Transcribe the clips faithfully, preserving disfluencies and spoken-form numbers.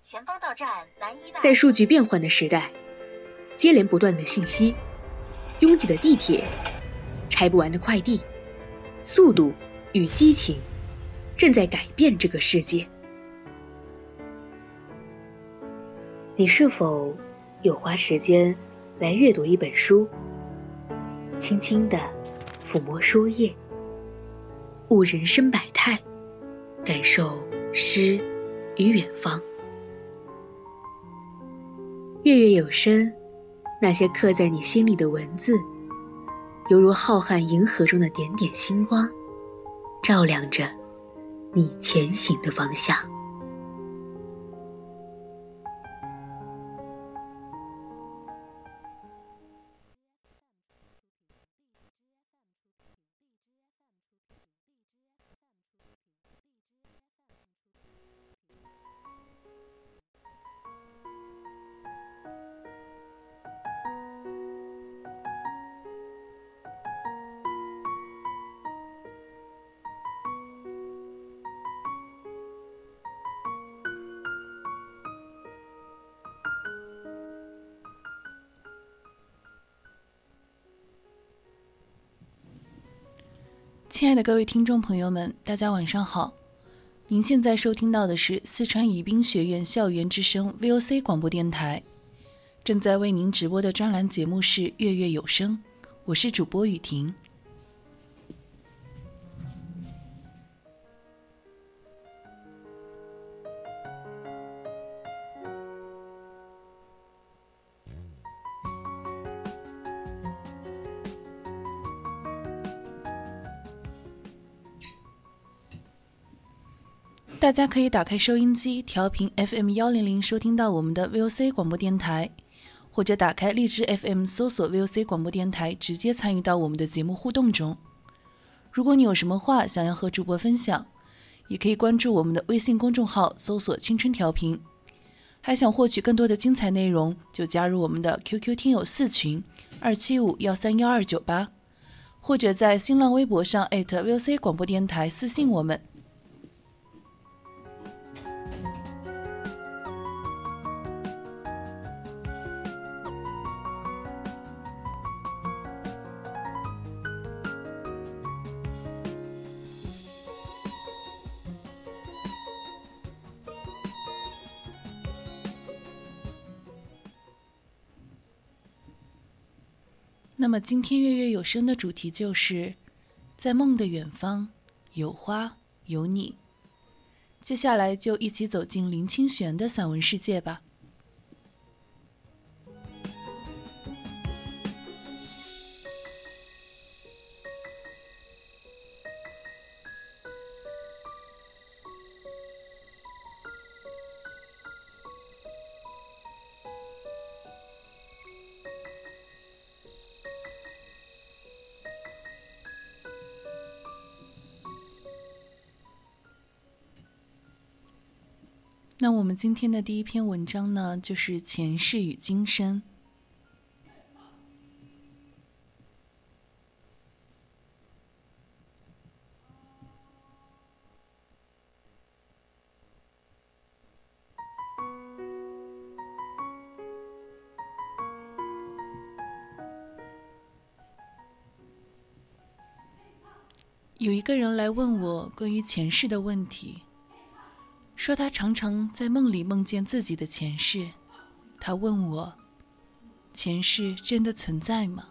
在数据变换的时代，接连不断的信息，拥挤的地铁，拆不完的快递，速度与激情正在改变这个世界。你是否有花时间来阅读一本书，轻轻地抚摸书页，悟人生百态，感受诗与远方？月月有声，那些刻在你心里的文字，犹如浩瀚银河中的点点星光，照亮着你前行的方向。 亲爱的各位听众朋友们，大家晚上好。您现在收听到的是四川宜宾学院校园之声 V O C 广播电台，正在为您直播的专栏节目是月月有声，我是主播雨婷。大家可以打开收音机调频 F M 一零零收听到我们的 V O C 广播电台，或者打开荔枝 F M 搜索 V O C 广播电台，直接参与到我们的节目互动中。如果你有什么话想要和主播分享，也可以关注我们的微信公众号搜索青春调频。还想获取更多的精彩内容，就加入我们的 Q Q 听友四群二七五一三一二九八，或者在新浪微博上 艾特 V O C 广播电台私信我们。那么今天月月有声的主题就是在梦的远方有花有你。接下来就一起走进林清玄的散文世界吧。那我们今天的第一篇文章呢，就是前世与今生。有一个人来问我关于前世的问题，说他常常在梦里梦见自己的前世。他问我，前世真的存在吗？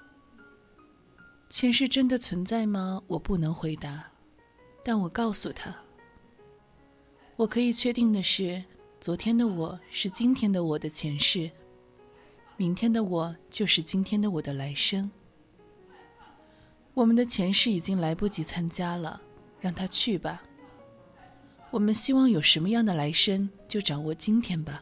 前世真的存在吗？我不能回答，但我告诉他，我可以确定的是，昨天的我是今天的我的前世，明天的我就是今天的我的来生。我们的前世已经来不及参加了，让它去吧。我们希望有什么样的来生，就掌握今天吧。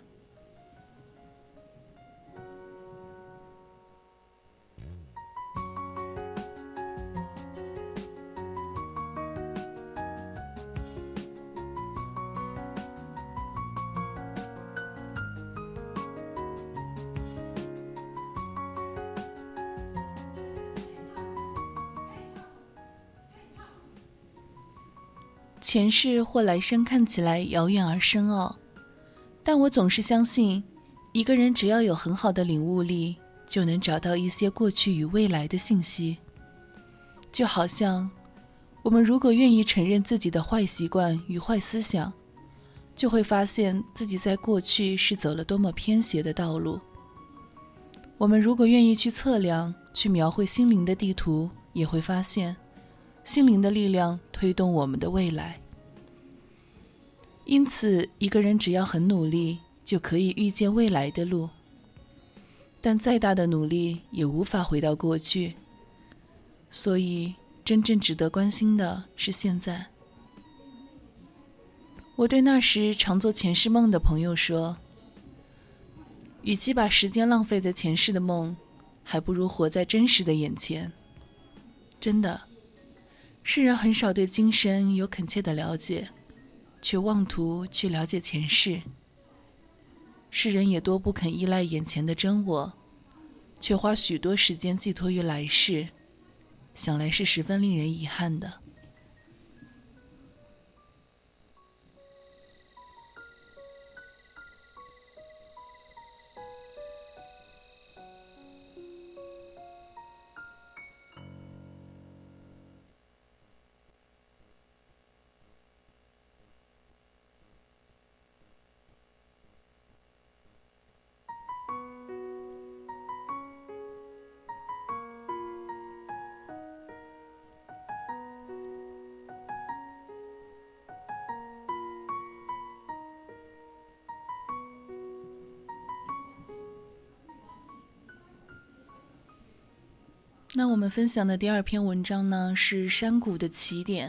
前世或来生看起来遥远而深奥， 但我总是相信，一个人只要有很好的领悟力，就能找到一些过去与未来的信息。就好像我们如果愿意承认自己的坏习惯与坏思想，就会发现自己在过去是走了多么偏斜的道路。我们如果愿意去测量，去描绘心灵的地图，也会发现心灵的力量推动我们的未来。因此，一个人只要很努力，就可以预见未来的路。但再大的努力也无法回到过去。所以，真正值得关心的是现在。我对那时常做前世梦的朋友说，与其把时间浪费在前世的梦，还不如活在真实的眼前。真的，世人很少对今生有恳切的了解，却妄图去了解前世。世人也多不肯依赖眼前的真我，却花许多时间寄托于来世，想来是十分令人遗憾的。那我们分享的第二篇文章呢，是山谷的起点。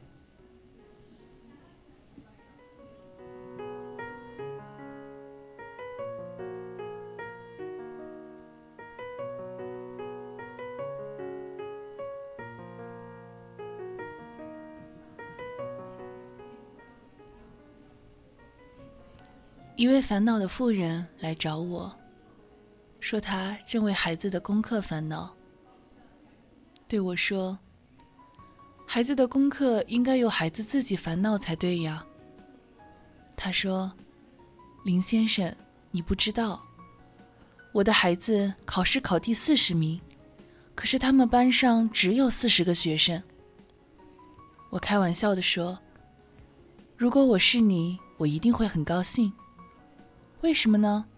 一位烦恼的妇人来找我，说她正为孩子的功课烦恼。对我说，孩子的功课应该由孩子自己烦恼才对呀。他说，林先生，你不知道，我的孩子考试考第四十名，可是他们班上只有四十个学生。我开玩笑地说，如果我是你，我一定会很高兴。为什么呢？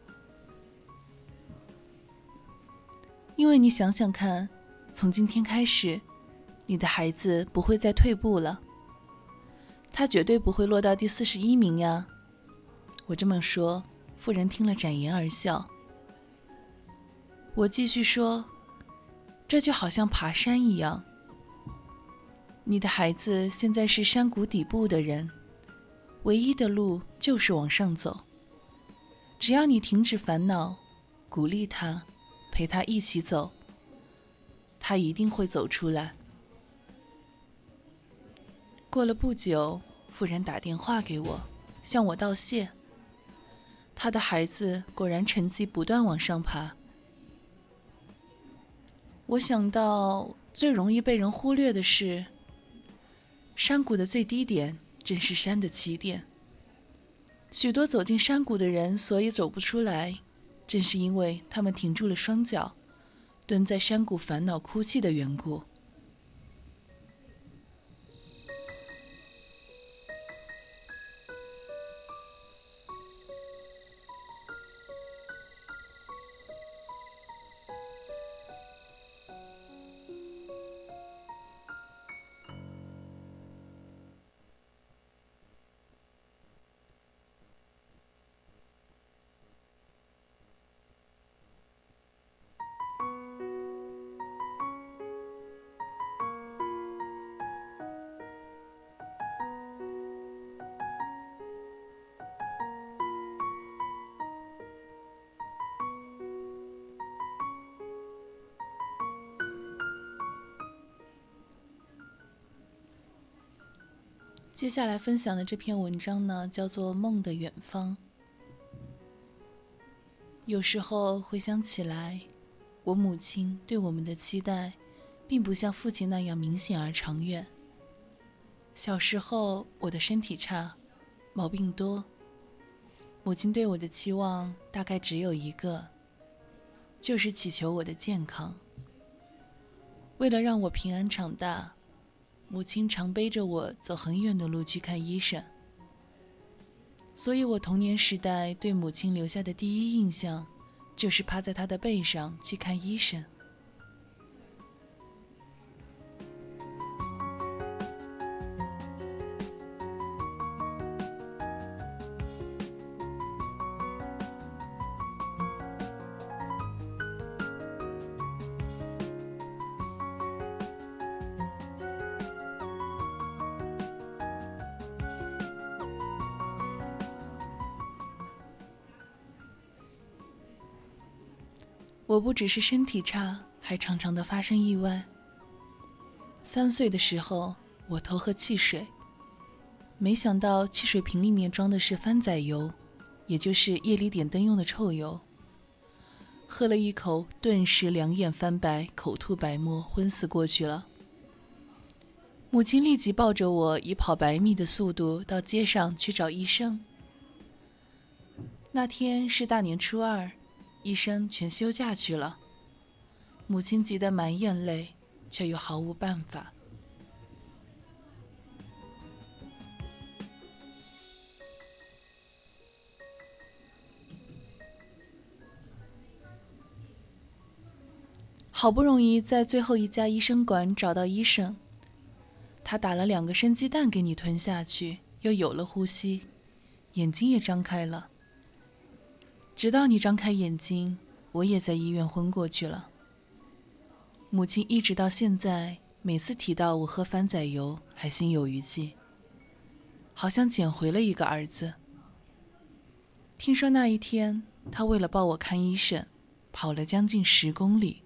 因为你想想看，从今天开始，你的孩子不会再退步了，他绝对不会落到第四十一名呀。我这么说，妇人听了展颜而笑。我继续说，这就好像爬山一样，你的孩子现在是山谷底部的人，唯一的路就是往上走。只要你停止烦恼，鼓励他，陪他一起走，他一定会走出来。过了不久，妇人打电话给我，向我道谢。他的孩子果然成绩不断往上爬。我想到，最容易被人忽略的是，山谷的最低点正是山的起点。许多走进山谷的人所以走不出来，正是因为他们停住了双脚，蹲在山谷烦恼哭泣的缘故。接下来分享的这篇文章呢，叫做《梦的远方》。有时候回想起来，我母亲对我们的期待，并不像父亲那样明显而长远。小时候，我的身体差，毛病多， 母亲对我的期望大概只有一个，就是祈求我的健康。为了让我平安长大，母亲常背着我走很远的路去看医生。所以我童年时代对母亲留下的第一印象，就是趴在她的背上去看医生。我不只是身体差，还常常的发生意外。三岁的时候，我偷喝汽水，没想到汽水瓶里面装的是番仔油，也就是夜里点灯用的臭油。喝了一口，顿时两眼翻白，口吐白沫，昏死过去了。母亲立即抱着我，以跑百米的速度到街上去找医生。那天是大年初二，医生全休假去了，母亲急得满眼泪，却又毫无办法。好不容易在最后一家医生馆找到医生，他打了两个生鸡蛋给你吞下去，又有了呼吸，眼睛也张开了。直到你张开眼睛，我也在医院昏过去了。母亲一直到现在，每次提到我喝番仔油，还心有余悸，好像捡回了一个儿子。听说那一天，他为了抱我看医生，跑了将近十公里。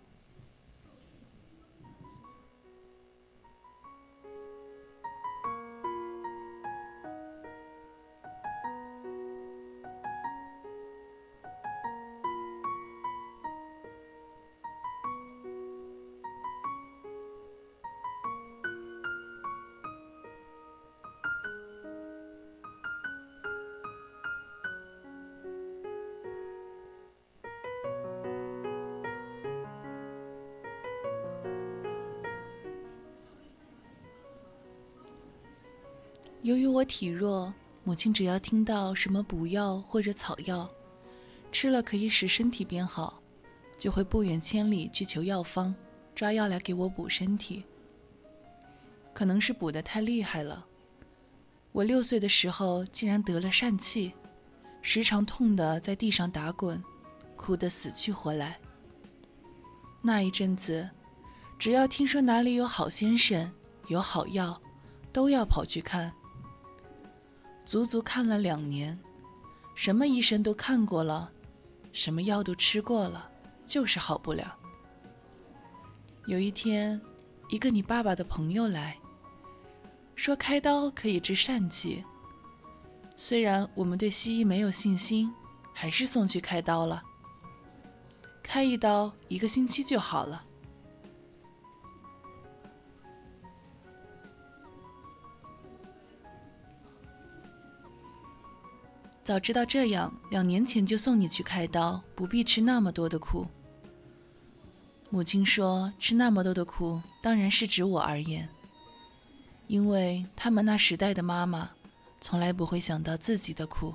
由于我体弱，母亲只要听到什么补药或者草药，吃了可以使身体变好，就会不远千里去求药方，抓药来给我补身体。可能是补得太厉害了，我六岁的时候竟然得了疝气，时常痛得在地上打滚，哭得死去活来。那一阵子，只要听说哪里有好先生，有好药，都要跑去看。足足看了两年，什么医生都看过了，什么药都吃过了，就是好不了。有一天，一个你爸爸的朋友来，说开刀可以治疝气。虽然我们对西医没有信心，还是送去开刀了。开一刀，一个星期就好了。早知道这样，两年前就送你去开刀，不必吃那么多的苦。母亲说，吃那么多的苦，当然是指我而言，因为他们那时代的妈妈，从来不会想到自己的苦。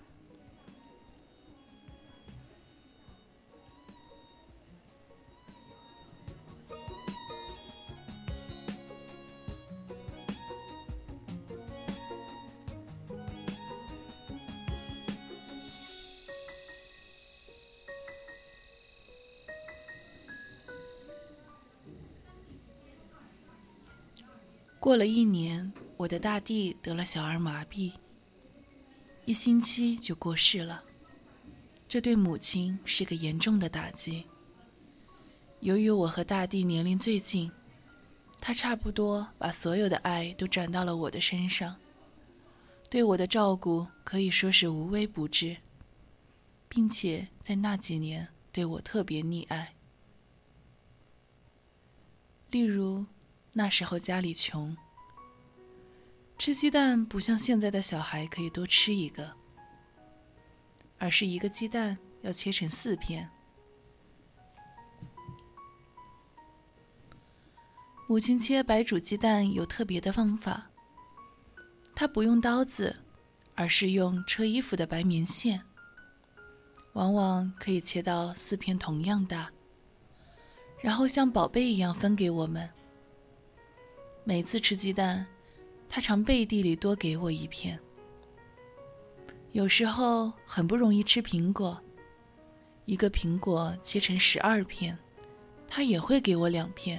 过了一年，我的大弟得了小儿麻痹，一星期就过世了。这对母亲是个严重的打击。由于我和大弟年龄最近，他差不多把所有的爱都转到了我的身上，对我的照顾可以说是无微不至，并且在那几年对我特别溺爱。例如那时候家里穷，吃鸡蛋不像现在的小孩可以多吃一个， 而是一个鸡蛋要切成四片。母亲切白煮鸡蛋有特别的方法，她不用刀子，而是用车衣服的白棉线，往往可以切到四片同样大，然后像宝贝一样分给我们。每次吃鸡蛋，她常背地里多给我一片。有时候很不容易吃苹果，一个苹果切成十二片，她也会给我两片。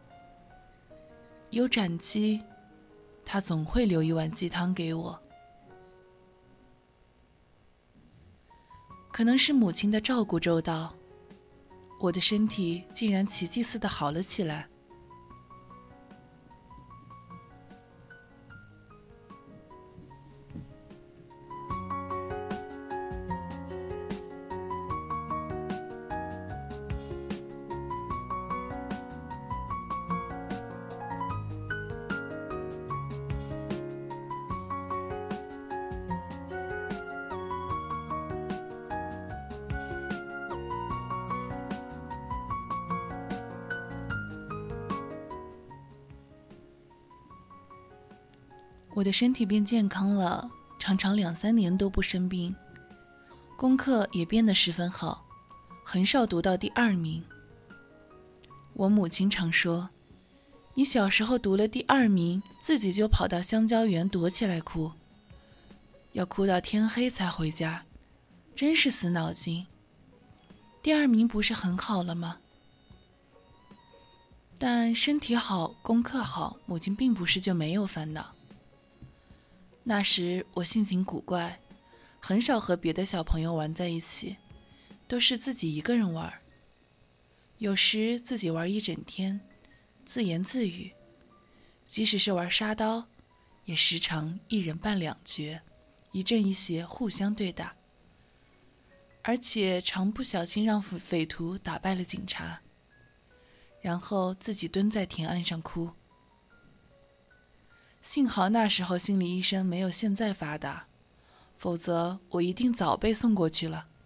有斩鸡，她总会留一碗鸡汤给我。可能是母亲的照顾周到，我的身体竟然奇迹似的好了起来。我的身体变健康了，常常两三年都不生病，功课也变得十分好，很少读到第二名。我母亲常说，你小时候读了第二名，自己就跑到香蕉园躲起来哭，要哭到天黑才回家，真是死脑筋。第二名不是很好了吗？但身体好，功课好，母亲并不是就没有烦恼。那时我性情古怪，很少和别的小朋友玩在一起，都是自己一个人玩。有时自己玩一整天，自言自语，即使是玩沙刀，也时常一人扮两角，一正一邪互相对打，而且常不小心让匪徒打败了警察，然后自己蹲在田岸上哭。幸好那时候心理医生没有现在发达，否则我一定早被送过去了。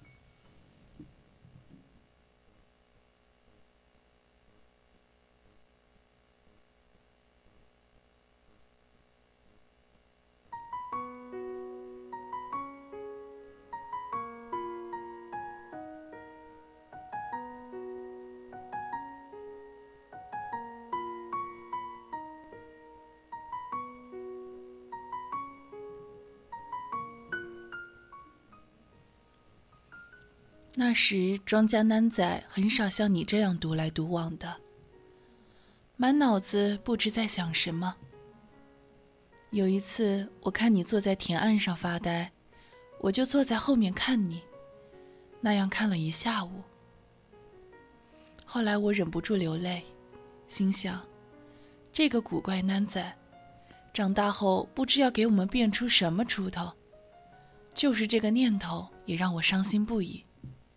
那时庄稼男仔很少像你这样独来独往的，满脑子不知在想什么。有一次我看你坐在田岸上发呆，我就坐在后面看你，那样看了一下午。后来我忍不住流泪，心想，这个古怪男仔长大后不知要给我们变出什么出头，就是这个念头也让我伤心不已。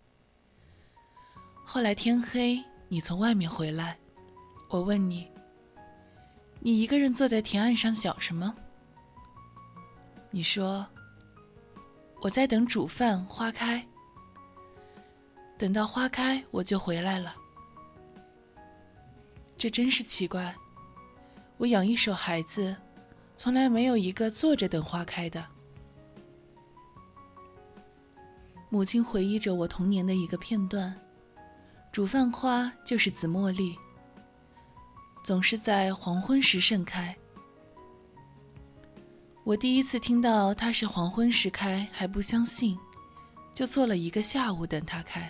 后来天黑，你从外面回来，我问你，你一个人坐在田岸上想什么？你说，我在等煮饭花开，等到花开我就回来了。这真是奇怪，我养一手孩子，从来没有一个坐着等花开的。母亲回忆着我童年的一个片段，煮饭花就是紫茉莉，总是在黄昏时盛开。我第一次听到它是黄昏时开还不相信，就坐了一个下午等它开。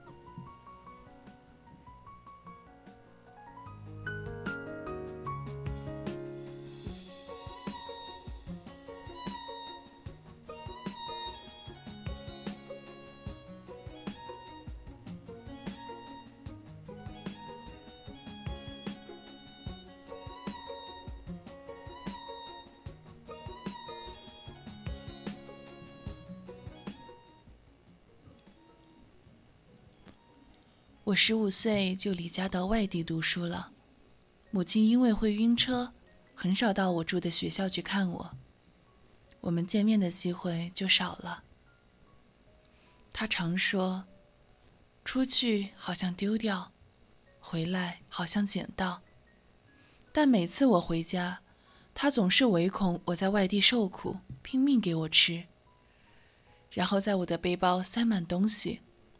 我十五岁就离家到外地读书了，母亲因为会晕车，很少到我住的学校去看我，我们见面的机会就少了。 他常说，出去好像丢掉，回来好像捡到。但每次我回家，他总是唯恐我在外地受苦，拼命给我吃，然后在我的背包塞满东西。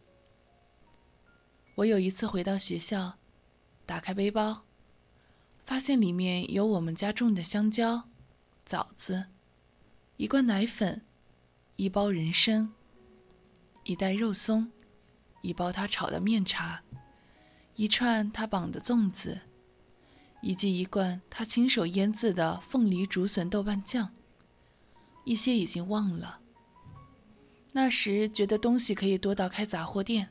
我有一次回到学校，打开背包，发现里面有我们家种的香蕉、枣子、一罐奶粉、一包人参、一袋肉松、一包他炒的面茶、一串他绑的粽子，以及一罐他亲手腌制的凤梨竹笋豆瓣酱。一些已经忘了，那时觉得东西可以多到开杂货店。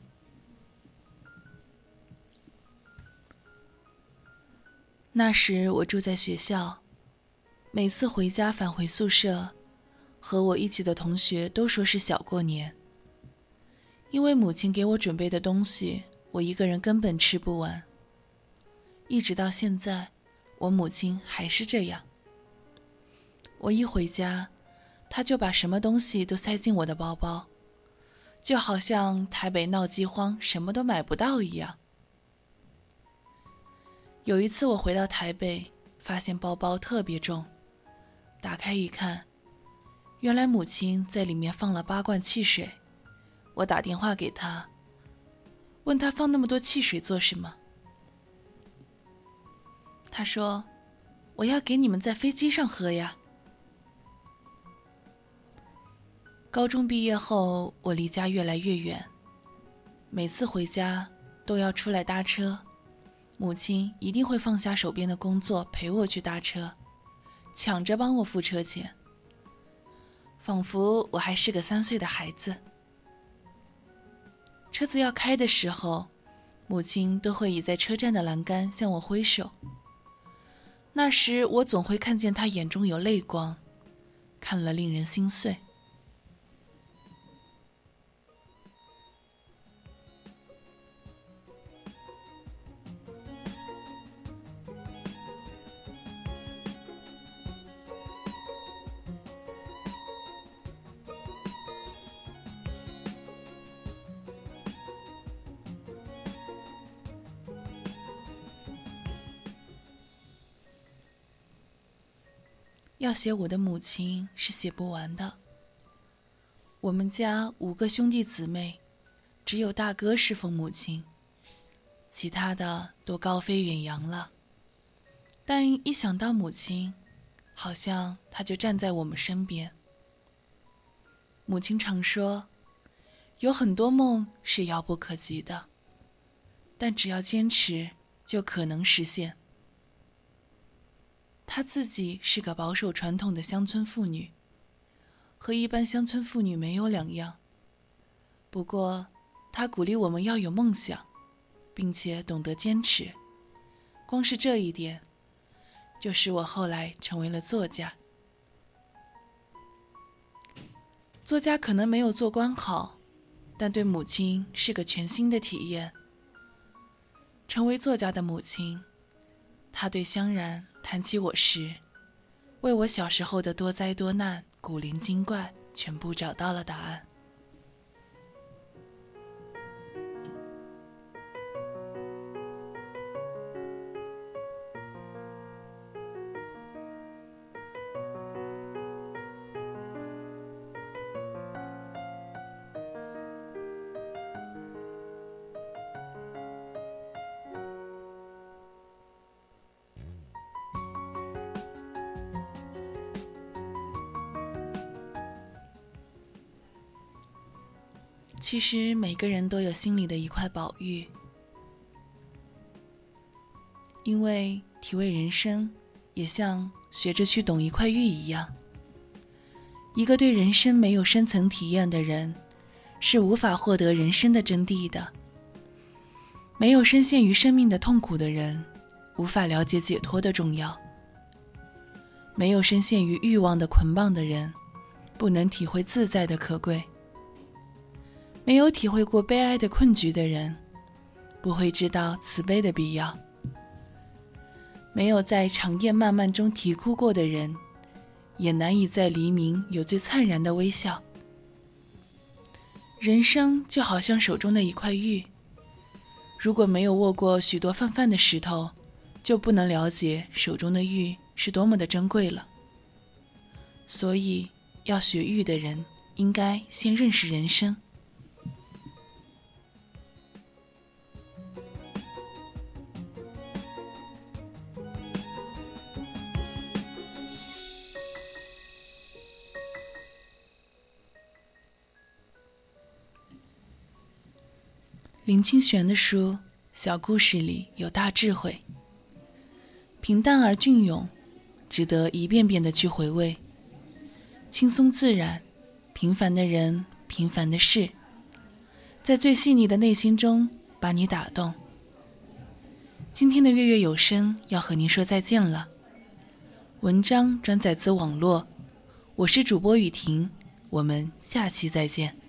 那时我住在学校，每次回家返回宿舍，和我一起的同学都说是小过年。因为母亲给我准备的东西，我一个人根本吃不完。一直到现在，我母亲还是这样。我一回家，她就把什么东西都塞进我的包包，就好像台北闹饥荒，什么都买不到一样。有一次我回到台北，发现包包特别重，打开一看，原来母亲在里面放了八罐汽水。我打电话给她，问她放那么多汽水做什么。她说，我要给你们在飞机上喝呀。高中毕业后，我离家越来越远，每次回家都要出来搭车，母亲一定会放下手边的工作陪我去搭车，抢着帮我付车钱，仿佛我还是个三岁的孩子。车子要开的时候，母亲都会倚在车站的栏杆向我挥手，那时我总会看见她眼中有泪光，看了令人心碎。要写我的母亲是写不完的。我们家五个兄弟姊妹，只有大哥侍奉母亲，其他的都高飞远扬了。但一想到母亲，好像她就站在我们身边。母亲常说，有很多梦是遥不可及的，但只要坚持，就可能实现。她自己是个保守传统的乡村妇女，和一般乡村妇女没有两样。不过，她鼓励我们要有梦想，并且懂得坚持。光是这一点，就使我后来成为了作家。作家可能没有做官好，但对母亲是个全新的体验。成为作家的母亲，她对香然谈起我时，为我小时候的多灾多难、古灵精怪全部找到了答案。其实每个人都有心里的一块宝玉，因为体味人生也像学着去懂一块玉一样。一个对人生没有深层体验的人，是无法获得人生的真谛的。没有深陷于生命的痛苦的人，无法了解解脱的重要。没有深陷于欲望的捆绑的人，不能体会自在的可贵。没有体会过悲哀的困局的人，不会知道慈悲的必要。没有在长夜漫漫中啼哭过的人，也难以在黎明有最灿然的微笑。 人生就好像手中的一块玉，如果没有握过许多泛泛的石头，就不能了解手中的玉是多么的珍贵了。所以，要学玉的人，应该先认识人生。林清玄的书，小故事里有大智慧，平淡而隽永，值得一遍遍的去回味。轻松自然，平凡的人，平凡的事，在最细腻的内心中把你打动。今天的月月有声要和您说再见了。文章转载自网络，我是主播雨婷，我们下期再见。